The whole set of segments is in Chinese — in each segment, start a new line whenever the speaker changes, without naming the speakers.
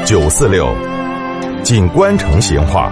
946，锦官城闲话。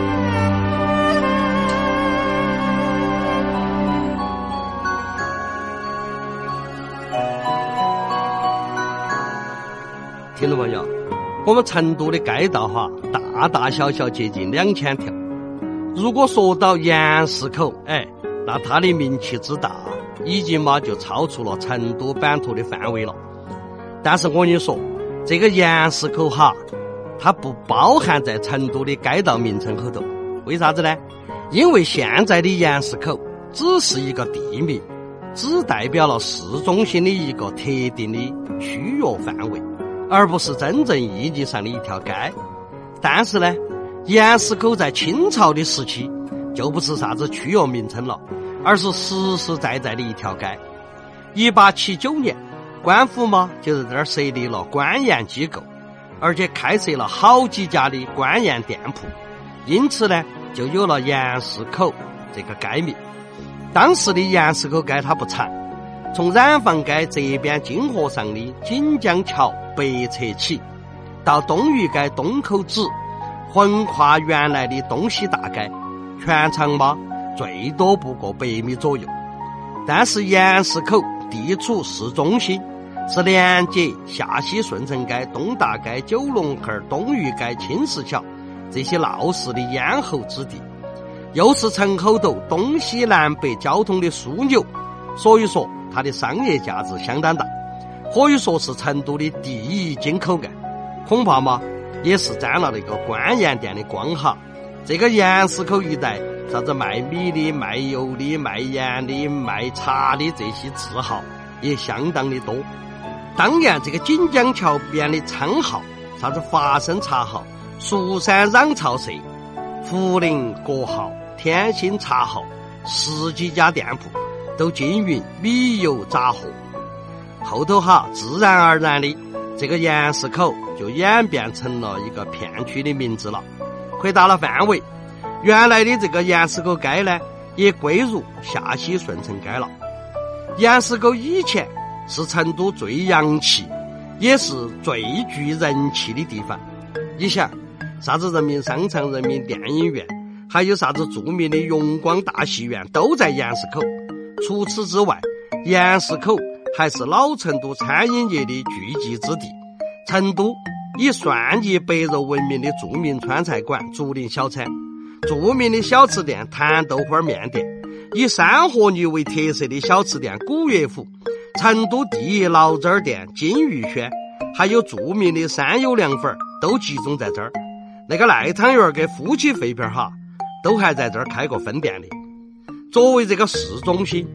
听众朋友，我们成都的街道大大小小接近2000条。如果说到盐市口，那它的名气之大，已经就超出了成都版图的范围了。但是我跟你说，这个盐市口它不包含在成都的街道名称后头。为啥子呢？因为现在的盐市口只是一个地名，只代表了市中心的一个特定的区域范围，而不是真正意义上的一条街。但是呢，盐市口在清朝的时期就不是啥子区域名称了，而是实实在在的一条街。1879年，官府就在这儿设立了官盐机构，而且开设了好几家的官盐店铺，因此呢，就有了盐市口这个街名。当时的盐市口街它不长，从染坊街这边金河上的锦江桥北侧起，到东隅街东口止，横跨原来的东西大街，全长最多不过100米左右。但是盐市口地处市中心，是连接下西顺城街、东大街、九龙巷、东隅街、青石桥这些闹市的咽喉之地，又是城后头东西南北交通的枢纽，所以说它的商业价值相当大，可以说是成都的第一金口岸，恐怕也是沾了那个官盐店的光哈。这个盐市口一带，啥子卖米的、卖油的、卖盐的、卖茶的这些字号也相当的多。当然这个锦江桥边的餐号，啥子华生茶号、蜀山壤潮社、涪陵国号、天心茶号，10几家店铺都经营米油杂货。后头自然而然的，这个盐市口就演变成了一个片区的名字了，扩大了范围。原来的这个盐市口街呢，也归入下西顺城街了。盐市口以前是成都最洋气也是最具人气的地方。你想，啥子人民商场、人民电影院，还有啥子著名的永光大戏院都在盐市口。除此之外，盐市口还是老成都餐饮业的聚集之地。成都以蒜泥白肉闻名的著名川菜馆竹林小餐，著名的小吃店坛豆花面店，以山河泥为特色的小吃店古乐府，成都第一醪糟店金玉轩，还有著名的山有凉粉都集中在这儿。那个赖汤圆跟夫妻肺片都还在这儿开过分店的。作为这个市中心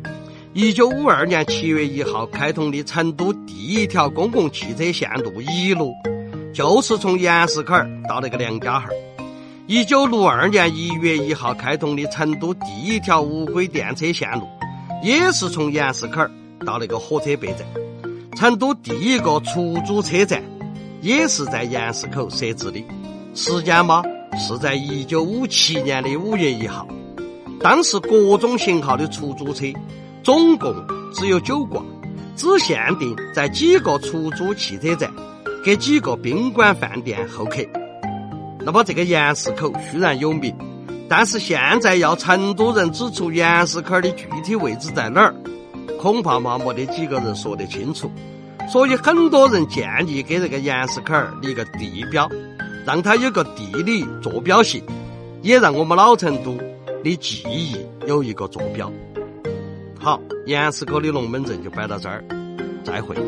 ，1952年7月1号开通的成都第一条公共汽车线路1路，就是从盐市口到那个梁家巷。1962年1月1号开通的成都第一条无轨电车线路，也是从盐市口到那个火车北站。成都第一个出租车站也是在盐市口设置的，时间是在1957年的5月1号。当时各种型号的出租车总共只有9挂，只限定在几个出租汽车站给几个宾馆饭店候客。那么这个盐市口虽然有名，但是现在要成都人指出盐市口的具体位置在哪儿，恐怕没得几个人说得清楚。所以很多人建议给这个盐市口立个地标，让它有个地理坐标性，也让我们老成都的记忆有一个坐标。好，盐市口的龙门阵就摆到这儿，再会。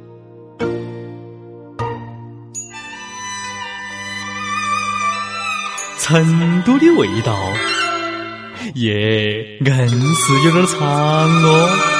成都的味道，硬是有点长哦。